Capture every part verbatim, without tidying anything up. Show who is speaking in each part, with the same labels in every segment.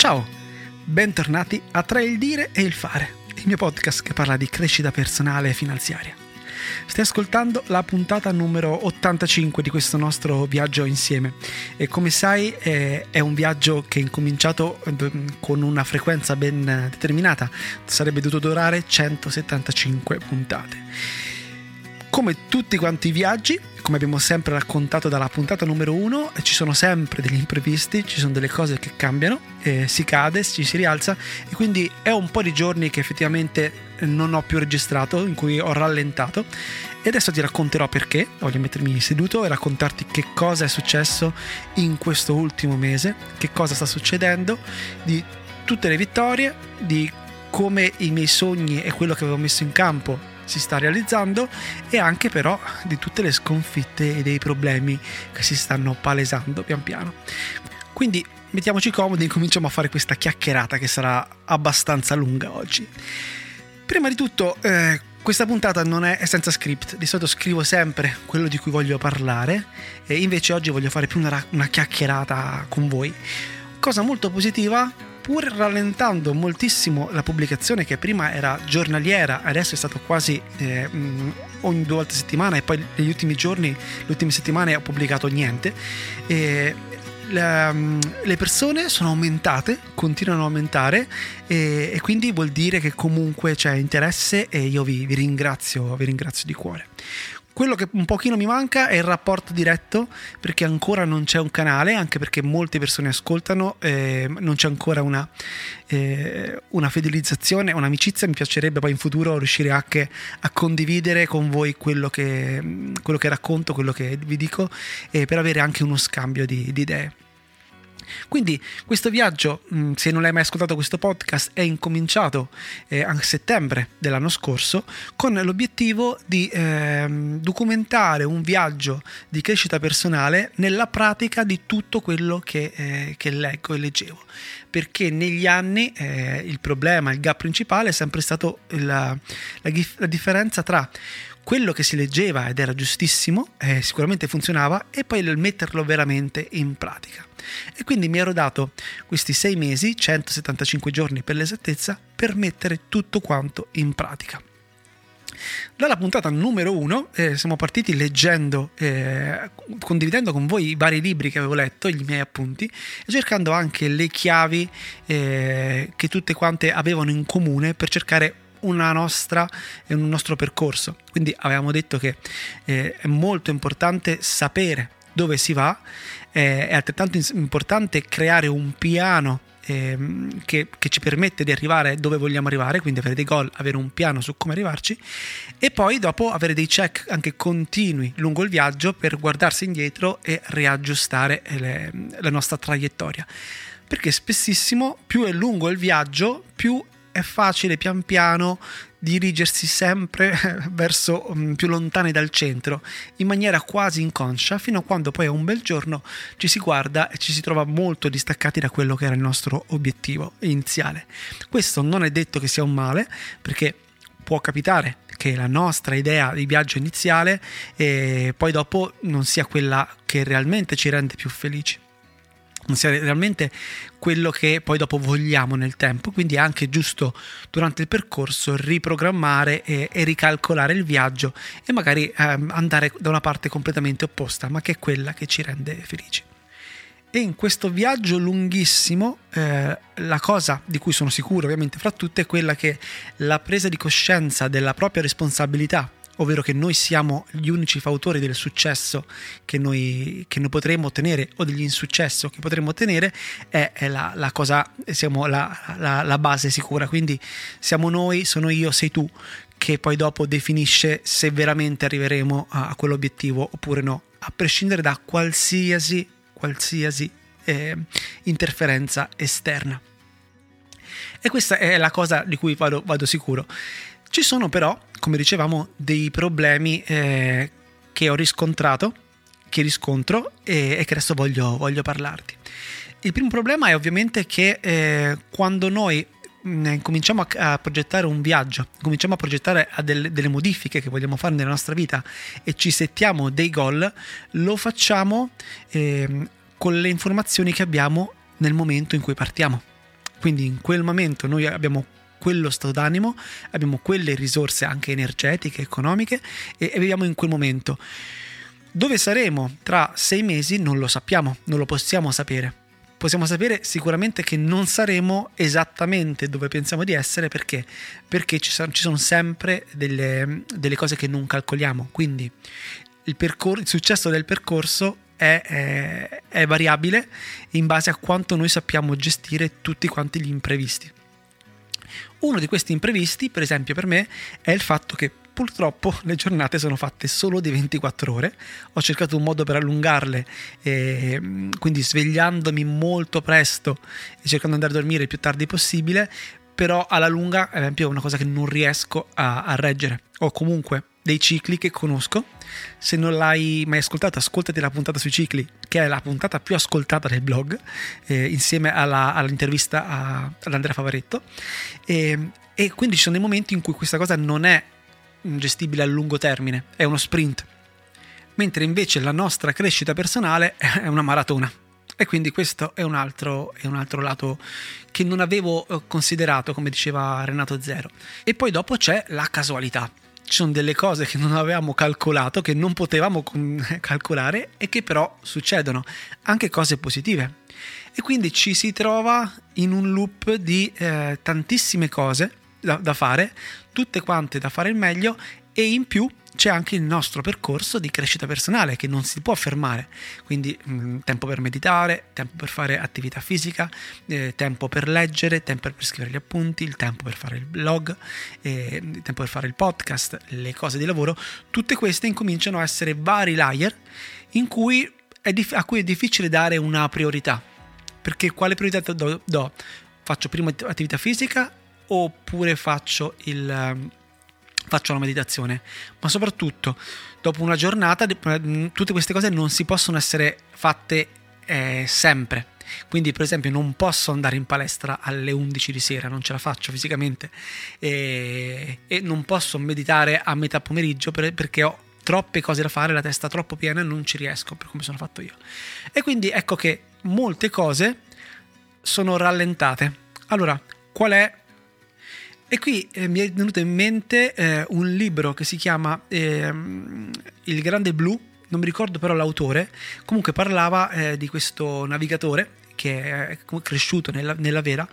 Speaker 1: Ciao, bentornati a Tra il dire e il fare, il mio podcast che parla di crescita personale e finanziaria. Stai ascoltando la puntata numero ottantacinque di questo nostro viaggio insieme e come sai è, è un viaggio che è incominciato con una frequenza ben determinata, sarebbe dovuto durare centosettantacinque puntate. Come tutti quanti i viaggi, come abbiamo sempre raccontato dalla puntata numero uno, ci sono sempre degli imprevisti, ci sono delle cose che cambiano, eh, si cade, ci si rialza e quindi è un po' di giorni che effettivamente non ho più registrato, in cui ho rallentato e adesso ti racconterò perché. Voglio mettermi seduto e raccontarti che cosa è successo in questo ultimo mese, che cosa sta succedendo, di tutte le vittorie, di come i miei sogni e quello che avevo messo in campo si sta realizzando e anche però di tutte le sconfitte e dei problemi che si stanno palesando pian piano. Quindi mettiamoci comodi e cominciamo a fare questa chiacchierata che sarà abbastanza lunga oggi. Prima di tutto eh, questa puntata non è senza script, di solito scrivo sempre quello di cui voglio parlare e invece oggi voglio fare più una, una chiacchierata con voi. Cosa molto positiva, pur rallentando moltissimo la pubblicazione che prima era giornaliera, adesso è stato quasi eh, ogni due volte a settimana e poi negli ultimi giorni, le ultime settimane ho pubblicato niente. E le, le persone sono aumentate, continuano a aumentare e, e quindi vuol dire che comunque c'è interesse e io vi, vi ringrazio, vi ringrazio di cuore. Quello che un pochino mi manca è il rapporto diretto, perché ancora non c'è un canale, anche perché molte persone ascoltano, eh, non c'è ancora una, eh, una fidelizzazione, un'amicizia. Mi piacerebbe poi in futuro riuscire anche a condividere con voi quello che, quello che racconto, quello che vi dico, eh, per avere anche uno scambio di, di idee. Quindi questo viaggio, se non l'hai mai ascoltato questo podcast, è incominciato eh, a settembre dell'anno scorso con l'obiettivo di eh, documentare un viaggio di crescita personale nella pratica di tutto quello che, eh, che leggo e leggevo, perché negli anni eh, il problema, il gap principale è sempre stato la, la, la differenza tra quello che si leggeva ed era giustissimo, eh, sicuramente funzionava, e poi il metterlo veramente in pratica. E quindi mi ero dato questi sei mesi, centosettantacinque giorni per l'esattezza, per mettere tutto quanto in pratica. Dalla puntata numero uno eh, siamo partiti leggendo, eh, condividendo con voi i vari libri che avevo letto, i miei appunti, e cercando anche le chiavi eh, che tutte quante avevano in comune per cercare una nostra e un nostro percorso. Quindi avevamo detto che eh, è molto importante sapere dove si va, eh, è altrettanto importante creare un piano eh, che, che ci permette di arrivare dove vogliamo arrivare, quindi avere dei goal, avere un piano su come arrivarci e poi dopo avere dei check anche continui lungo il viaggio per guardarsi indietro e riaggiustare le, la nostra traiettoria, perché spessissimo più è lungo il viaggio più è facile pian piano dirigersi sempre verso um, più lontani dal centro in maniera quasi inconscia, fino a quando poi a un bel giorno ci si guarda e ci si trova molto distaccati da quello che era il nostro obiettivo iniziale. Questo non è detto che sia un male, perché può capitare che la nostra idea di viaggio iniziale eh, poi dopo non sia quella che realmente ci rende più felici, non sia realmente quello che poi dopo vogliamo nel tempo. Quindi è anche giusto durante il percorso riprogrammare e, e ricalcolare il viaggio e magari ehm, andare da una parte completamente opposta, ma che è quella che ci rende felici. E in questo viaggio lunghissimo eh, la cosa di cui sono sicuro ovviamente fra tutte è quella che la presa di coscienza della propria responsabilità, ovvero che noi siamo gli unici fautori del successo che noi, che noi potremmo ottenere o dell'insuccesso che potremmo ottenere, è, è la, la cosa, siamo la, la, la base sicura. Quindi siamo noi, sono io, sei tu, che poi dopo definisce se veramente arriveremo a, a quell'obiettivo oppure no, a prescindere da qualsiasi, qualsiasi eh, interferenza esterna. E questa è la cosa di cui vado, vado sicuro. Ci sono però, come dicevamo, dei problemi eh, che ho riscontrato, che riscontro e, e che adesso voglio, voglio parlarti. Il primo problema è ovviamente che eh, quando noi mh, cominciamo a, a progettare un viaggio, cominciamo a progettare a delle, delle modifiche che vogliamo fare nella nostra vita e ci settiamo dei goal, lo facciamo eh, con le informazioni che abbiamo nel momento in cui partiamo. Quindi in quel momento noi abbiamo quello stato d'animo, abbiamo quelle risorse anche energetiche, economiche, e, e viviamo in quel momento. Dove saremo tra sei mesi non lo sappiamo, non lo possiamo sapere. Possiamo sapere sicuramente che non saremo esattamente dove pensiamo di essere, perché? Perché ci sono, ci sono sempre delle, delle cose che non calcoliamo, quindi il, percor- il successo del percorso è, è, è variabile in base a quanto noi sappiamo gestire tutti quanti gli imprevisti. Uno di questi imprevisti, per esempio per me, è il fatto che purtroppo le giornate sono fatte solo di ventiquattro ore. Ho cercato un modo per allungarle, eh, quindi svegliandomi molto presto e cercando di andare a dormire il più tardi possibile, però alla lunga ad esempio è una cosa che non riesco a, a reggere. Ho comunque dei cicli che conosco. Se non l'hai mai ascoltata, ascoltati la puntata sui cicli, che è la puntata più ascoltata del blog, eh, insieme alla, all'intervista a, ad Andrea Favaretto, e, e quindi ci sono dei momenti in cui questa cosa non è gestibile a lungo termine, è uno sprint, mentre invece la nostra crescita personale è una maratona. E quindi questo è un altro, è un altro lato che non avevo considerato, come diceva Renato Zero. E poi dopo c'è la casualità. Ci sono delle cose che non avevamo calcolato, che non potevamo calcolare e che però succedono, anche cose positive. E quindi ci si trova in un loop di eh, tantissime cose da, da fare, tutte quante da fare il meglio, e in più c'è anche il nostro percorso di crescita personale che non si può fermare, quindi mh, tempo per meditare, tempo per fare attività fisica, eh, tempo per leggere, tempo per scrivere gli appunti, il tempo per fare il blog, eh, il tempo per fare il podcast, le cose di lavoro. Tutte queste incominciano a essere vari layer in cui è dif- a cui è difficile dare una priorità, perché quale priorità do? do? Faccio prima attività fisica oppure faccio il faccio la meditazione? Ma soprattutto dopo una giornata tutte queste cose non si possono essere fatte eh, sempre. Quindi per esempio non posso andare in palestra alle undici di sera, non ce la faccio fisicamente, e, e non posso meditare a metà pomeriggio per, perché ho troppe cose da fare, la testa troppo piena e non ci riesco per come sono fatto io. E quindi ecco che molte cose sono rallentate. Allora, qual è? E qui eh, mi è venuto in mente eh, un libro che si chiama eh, Il Grande Blu, non mi ricordo però l'autore, comunque parlava eh, di questo navigatore che è cresciuto nella, nella vera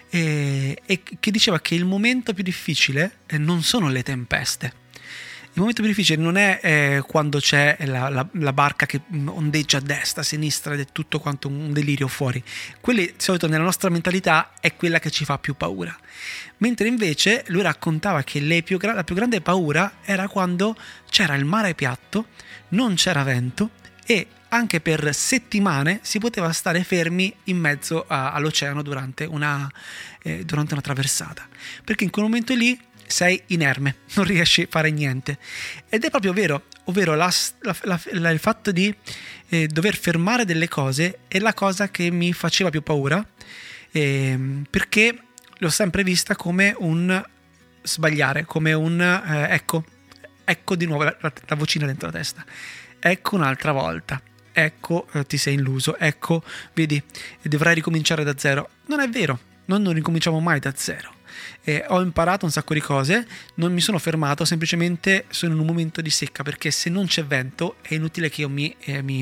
Speaker 1: eh, e che diceva che il momento più difficile eh, non sono le tempeste. Il momento più difficile non è eh, quando c'è la, la, la barca che ondeggia a destra, a sinistra ed è tutto quanto un delirio fuori. Quelli di solito nella nostra mentalità è quella che ci fa più paura. Mentre invece lui raccontava che le più, la più grande paura era quando c'era il mare piatto, non c'era vento e anche per settimane si poteva stare fermi in mezzo a, all'oceano durante una, eh, durante una traversata. Perché in quel momento lì sei inerme, non riesci a fare niente. Ed è proprio vero, ovvero la, la, la, la, il fatto di eh, dover fermare delle cose è la cosa che mi faceva più paura, eh, perché l'ho sempre vista come un sbagliare, come un eh, ecco, ecco di nuovo la, la, la vocina dentro la testa, ecco un'altra volta, ecco eh, ti sei illuso, ecco vedi, dovrai ricominciare da zero. Non è vero, noi non ricominciamo mai da zero. Eh, ho imparato un sacco di cose, non mi sono fermato, semplicemente sono in un momento di secca, perché se non c'è vento è inutile che io mi, eh, mi,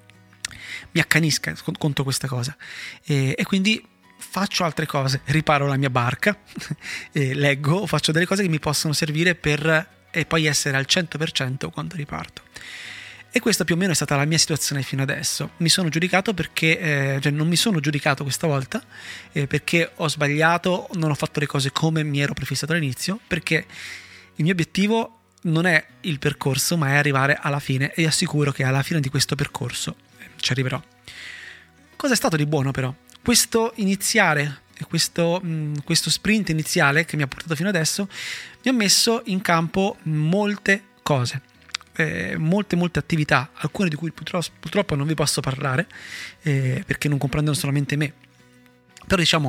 Speaker 1: mi accanisca contro questa cosa, eh, e quindi faccio altre cose, riparo la mia barca, eh, leggo, faccio delle cose che mi possono servire per e poi essere al cento per cento quando riparto. E questa più o meno è stata la mia situazione fino adesso. Mi sono giudicato perché, eh, cioè non mi sono giudicato questa volta, eh, perché ho sbagliato, non ho fatto le cose come mi ero prefissato all'inizio, perché il mio obiettivo non è il percorso, ma è arrivare alla fine, e vi assicuro che alla fine di questo percorso eh, ci arriverò. Cosa è stato di buono però? Questo iniziare, questo, mh, questo sprint iniziale che mi ha portato fino adesso, mi ha messo in campo molte cose. Eh, molte molte attività, alcune di cui purtroppo, purtroppo non vi posso parlare eh, perché non comprendono solamente me, però diciamo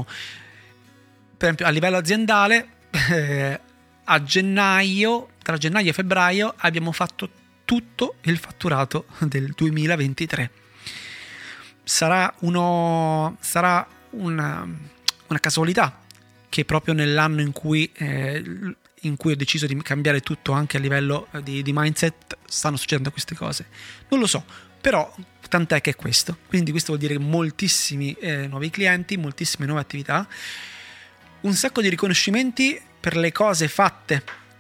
Speaker 1: per esempio a livello aziendale eh, a gennaio, tra gennaio e febbraio abbiamo fatto tutto il fatturato del duemilaventitré. Sarà uno sarà una, una casualità che proprio nell'anno in cui, eh, in cui ho deciso di cambiare tutto anche a livello di, di mindset stanno succedendo queste cose. Non lo so, però tant'è che è questo. Quindi questo vuol dire moltissimi eh, nuovi clienti, moltissime nuove attività, un sacco di riconoscimenti per le cose fatte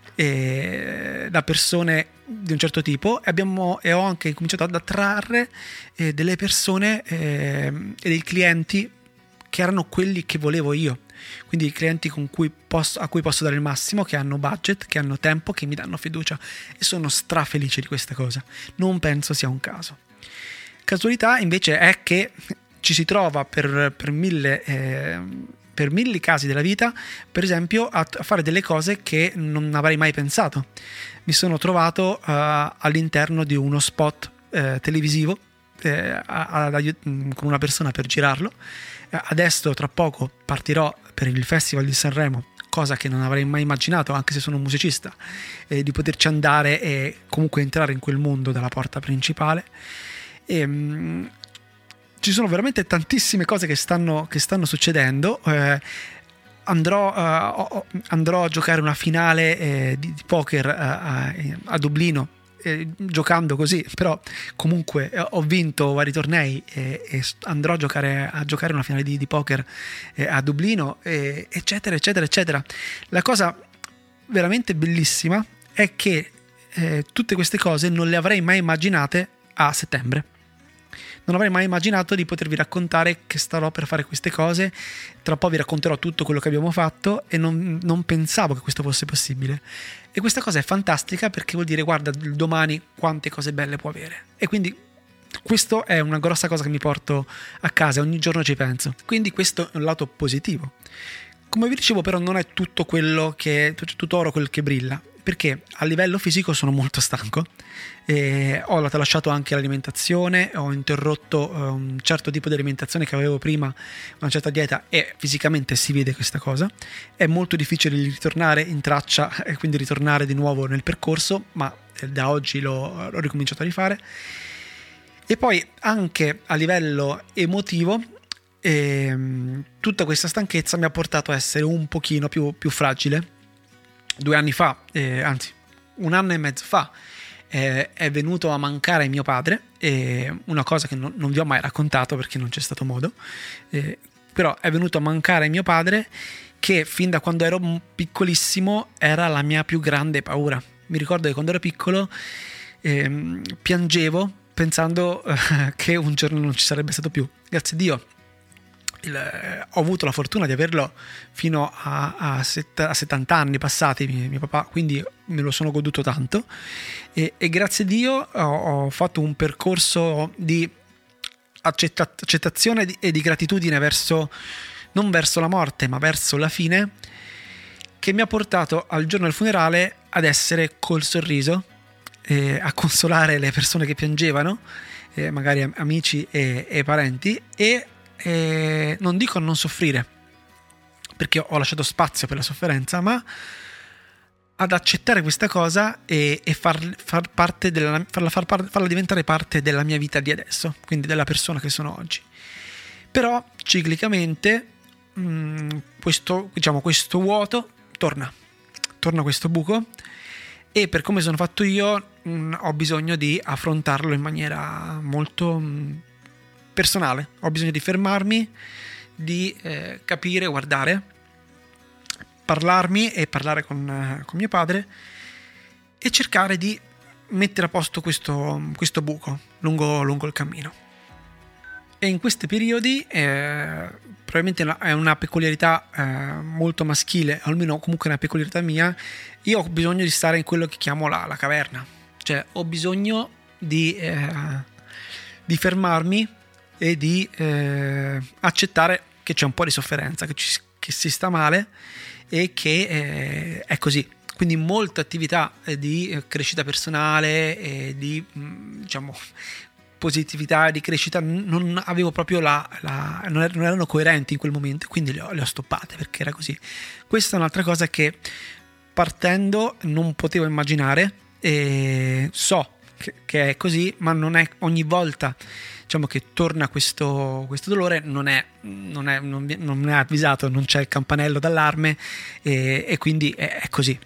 Speaker 1: eh, da persone di un certo tipo, e, abbiamo, e ho anche cominciato ad attrarre eh, delle persone eh, e dei clienti che erano quelli che volevo io, quindi i clienti con cui posso, a cui posso dare il massimo, che hanno budget, che hanno tempo, che mi danno fiducia, e sono strafelice di questa cosa. Non penso sia un caso. Casualità invece è che ci si trova per, per mille eh, per mille casi della vita, per esempio a, a fare delle cose che non avrei mai pensato. Mi sono trovato uh, all'interno di uno spot eh, televisivo eh, a, a, a, con una persona per girarlo. Eh, adesso tra poco partirò per il Festival di Sanremo, cosa che non avrei mai immaginato, anche se sono un musicista, eh, di poterci andare e comunque entrare in quel mondo dalla porta principale. E, mh, ci sono veramente tantissime cose che stanno, che stanno succedendo. Eh, andrò, uh, andrò a giocare una finale eh, di, di poker uh, a Dublino, eh, giocando così, però comunque eh, ho vinto vari tornei e, e andrò a giocare, a giocare una finale di, di poker eh, a Dublino, eh, eccetera, eccetera, eccetera. La cosa veramente bellissima è che eh, tutte queste cose non le avrei mai immaginate a settembre. Non avrei mai immaginato di potervi raccontare che starò per fare queste cose. Tra un po' vi racconterò tutto quello che abbiamo fatto e non, non pensavo che questo fosse possibile. E questa cosa è fantastica perché vuol dire, guarda, domani quante cose belle può avere. E quindi questo è una grossa cosa che mi porto a casa, ogni giorno ci penso. Quindi questo è un lato positivo. Come vi dicevo, però, non è tutto quello che, tutto oro quel che brilla, perché a livello fisico sono molto stanco. E ho lasciato anche l'alimentazione, ho interrotto un certo tipo di alimentazione che avevo prima, una certa dieta, e fisicamente si vede questa cosa. È molto difficile ritornare in traccia e quindi ritornare di nuovo nel percorso, ma da oggi l'ho, l'ho ricominciato a rifare. E poi anche a livello emotivo, ehm, tutta questa stanchezza mi ha portato a essere un pochino più, più fragile. Due anni fa, eh, anzi un anno e mezzo fa, eh, è venuto a mancare mio padre, eh, una cosa che non, non vi ho mai raccontato perché non c'è stato modo, eh, però è venuto a mancare mio padre, che fin da quando ero piccolissimo era la mia più grande paura. Mi ricordo che quando ero piccolo eh, piangevo pensando eh, che un giorno non ci sarebbe stato più. Grazie a Dio Il, eh, ho avuto la fortuna di averlo fino a, a, set, a settanta anni passati, mio, mio papà, quindi me lo sono goduto tanto, e, e grazie a Dio ho, ho fatto un percorso di accetta, accettazione e di, e di gratitudine verso, non verso la morte ma verso la fine, che mi ha portato al giorno del funerale ad essere col sorriso, eh, a consolare le persone che piangevano, eh, magari amici e, e parenti, e E non dico non soffrire, perché ho lasciato spazio per la sofferenza, ma ad accettare questa cosa e, e far, far parte della, farla, far, farla diventare parte della mia vita di adesso, quindi della persona che sono oggi. Però ciclicamente mh, questo, diciamo, questo vuoto torna, torna questo buco, e per come sono fatto io mh, ho bisogno di affrontarlo in maniera molto mh, personale. Ho bisogno di fermarmi, di eh, capire, guardare, parlarmi e parlare con, eh, con mio padre e cercare di mettere a posto questo, questo buco lungo, lungo il cammino. E in questi periodi eh, probabilmente è una peculiarità eh, molto maschile, almeno comunque una peculiarità mia. Io ho bisogno di stare in quello che chiamo la, la caverna, cioè ho bisogno di, eh, di fermarmi e di eh, accettare che c'è un po' di sofferenza, che, ci, che si sta male e che eh, è così. Quindi molte attività di crescita personale e di mh, diciamo positività, di crescita, non avevo proprio la, la non erano coerenti in quel momento, quindi le ho, le ho stoppate perché era così. Questa è un'altra cosa che partendo non potevo immaginare, e so che, che è così, ma non è ogni volta diciamo che torna questo, questo dolore, non è, non è, non, non è avvisato, non c'è il campanello d'allarme e, e quindi è, è così.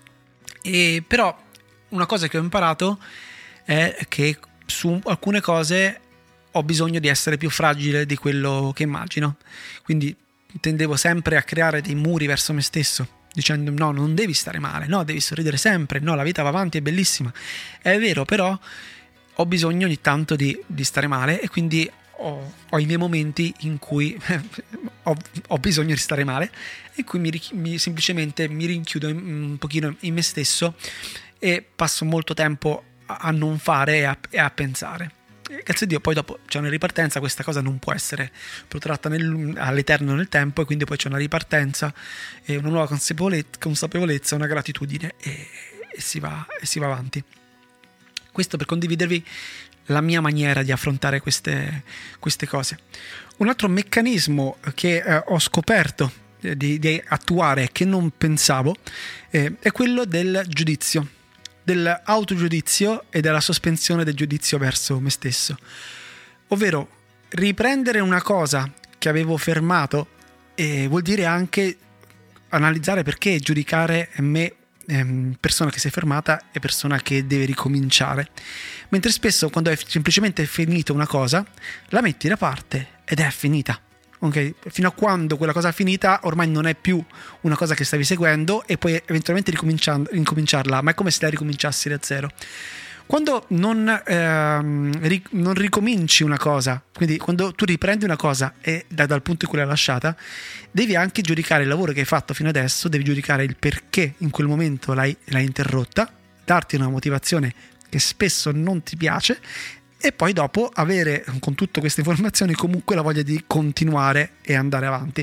Speaker 1: E però una cosa che ho imparato è che su alcune cose ho bisogno di essere più fragile di quello che immagino, quindi tendevo sempre a creare dei muri verso me stesso, dicendo no, non devi stare male, no, devi sorridere sempre, no, la vita va avanti, è bellissima. È vero, però ho bisogno ogni tanto di, di stare male e quindi ho, ho i miei momenti in cui ho, ho bisogno di stare male e in cui mi, mi, semplicemente mi rinchiudo in, un pochino in me stesso e passo molto tempo a, a non fare e a, e a pensare. Grazie a Dio poi dopo c'è una ripartenza, questa cosa non può essere protratta nel, all'eterno nel tempo, e quindi poi c'è una ripartenza e una nuova consapevolezza, una gratitudine e, e, si va, e si va avanti. Questo per condividervi la mia maniera di affrontare queste, queste cose. Un altro meccanismo che eh, ho scoperto eh, di, di attuare e che non pensavo eh, è quello del giudizio, dell'autogiudizio e della sospensione del giudizio verso me stesso, ovvero riprendere una cosa che avevo fermato eh, vuol dire anche analizzare perché giudicare me ehm, persona che si è fermata e persona che deve ricominciare, mentre spesso quando hai semplicemente finito una cosa la metti da parte ed è finita. Okay? Fino a quando quella cosa è finita ormai non è più una cosa che stavi seguendo e puoi eventualmente ricominciarla, ma è come se la ricominciassi da zero. Quando non, ehm, ric- non ricominci una cosa, quindi quando tu riprendi una cosa e da, dal punto in cui l'hai lasciata, devi anche giudicare il lavoro che hai fatto fino adesso, devi giudicare il perché in quel momento l'hai, l'hai interrotta, darti una motivazione che spesso non ti piace e poi dopo avere con tutte queste informazioni comunque la voglia di continuare e andare avanti.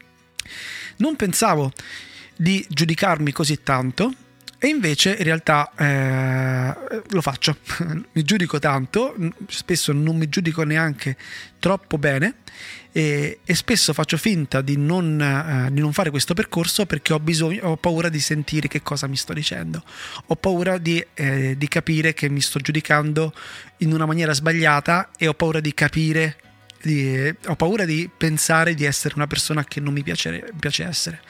Speaker 1: Non pensavo di giudicarmi così tanto e invece in realtà eh, lo faccio. Mi giudico tanto, spesso non mi giudico neanche troppo bene e, e spesso faccio finta di non, eh, di non fare questo percorso perché ho bisogno, ho paura di sentire che cosa mi sto dicendo, ho paura di, eh, di capire che mi sto giudicando in una maniera sbagliata e ho paura di capire, di, eh, ho paura di pensare di essere una persona che non mi piace, piace essere.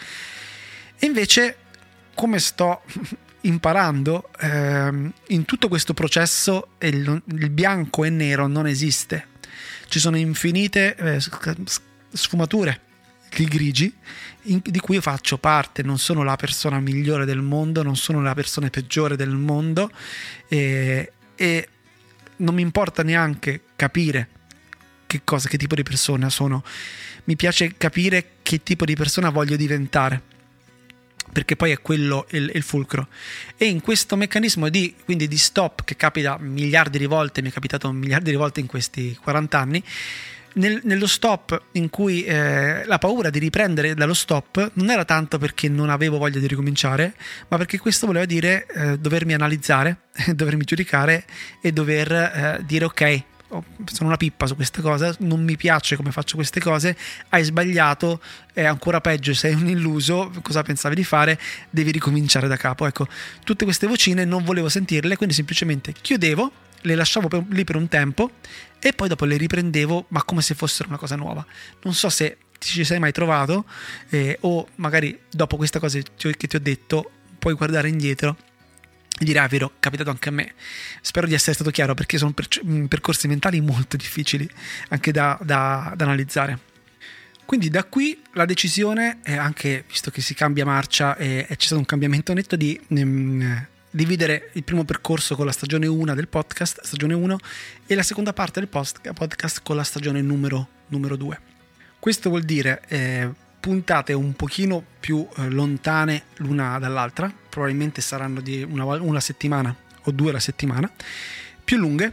Speaker 1: E invece, come sto imparando, ehm, in tutto questo processo il, il bianco e nero non esiste. Ci sono infinite eh, sfumature di grigi in, di cui io faccio parte. Non sono la persona migliore del mondo, non sono la persona peggiore del mondo e, e non mi importa neanche capire che cosa, che tipo di persona sono. Mi piace capire che tipo di persona voglio diventare, perché poi è quello il, il fulcro. E in questo meccanismo di, quindi di stop, che capita miliardi di volte, mi è capitato miliardi di volte in questi quaranta anni, nel, nello stop in cui eh, la paura di riprendere dallo stop non era tanto perché non avevo voglia di ricominciare, ma perché questo voleva dire eh, dovermi analizzare, dovermi giudicare e dover eh, dire ok, sono una pippa su questa cosa, non mi piace come faccio queste cose, hai sbagliato, è ancora peggio, sei un illuso, cosa pensavi di fare, devi ricominciare da capo. Ecco, tutte queste vocine non volevo sentirle, quindi semplicemente chiudevo, le lasciavo per, lì per un tempo e poi dopo le riprendevo, ma come se fossero una cosa nuova. Non so se ci sei mai trovato eh, o magari dopo questa cosa che ti ho detto puoi guardare indietro e dire, ah, vero, è capitato anche a me. Spero di essere stato chiaro, perché sono per- percorsi mentali molto difficili anche da, da, da analizzare. Quindi da qui la decisione è anche, visto che si cambia marcia e, e c'è stato un cambiamento netto, di um, dividere il primo percorso con la stagione uno del podcast, stagione uno, e la seconda parte del post- podcast con la stagione numero, numero due. Questo vuol dire eh, puntate un pochino più eh, lontane l'una dall'altra, probabilmente saranno di una, una settimana o due alla settimana, più lunghe.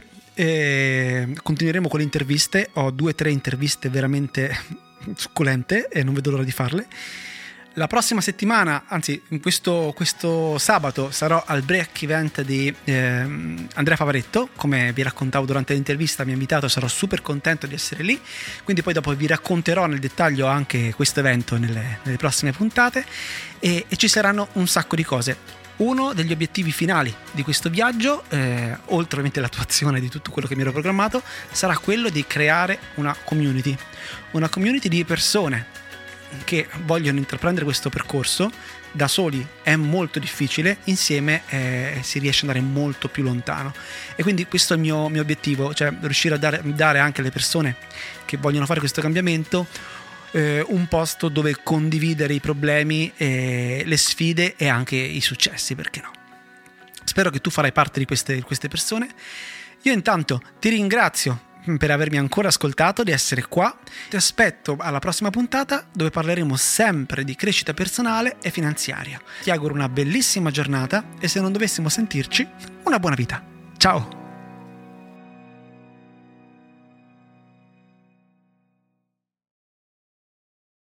Speaker 1: E continueremo con le interviste, ho due o tre interviste veramente succulente e non vedo l'ora di farle. La prossima settimana, anzi questo, questo sabato, sarò al break event di eh, Andrea Favaretto. Come vi raccontavo durante l'intervista, mi ha invitato, sarò super contento di essere lì, quindi poi dopo vi racconterò nel dettaglio anche questo evento nelle, nelle prossime puntate e, e ci saranno un sacco di cose. Uno degli obiettivi finali di questo viaggio, eh, oltre ovviamente all'attuazione di tutto quello che mi ero programmato, sarà quello di creare una community, una community di persone che vogliono intraprendere questo percorso. Da soli è molto difficile, insieme eh, si riesce ad andare molto più lontano, e quindi questo è il mio, mio obiettivo, cioè riuscire a dare, dare anche alle persone che vogliono fare questo cambiamento eh, un posto dove condividere i problemi, eh, le sfide e anche i successi, perché no. Spero che tu farai parte di queste, di queste persone. Io intanto ti ringrazio per avermi ancora ascoltato, di essere qua. Ti aspetto alla prossima puntata, dove parleremo sempre di crescita personale e finanziaria. Ti auguro una bellissima giornata e, se non dovessimo sentirci, una buona vita. Ciao!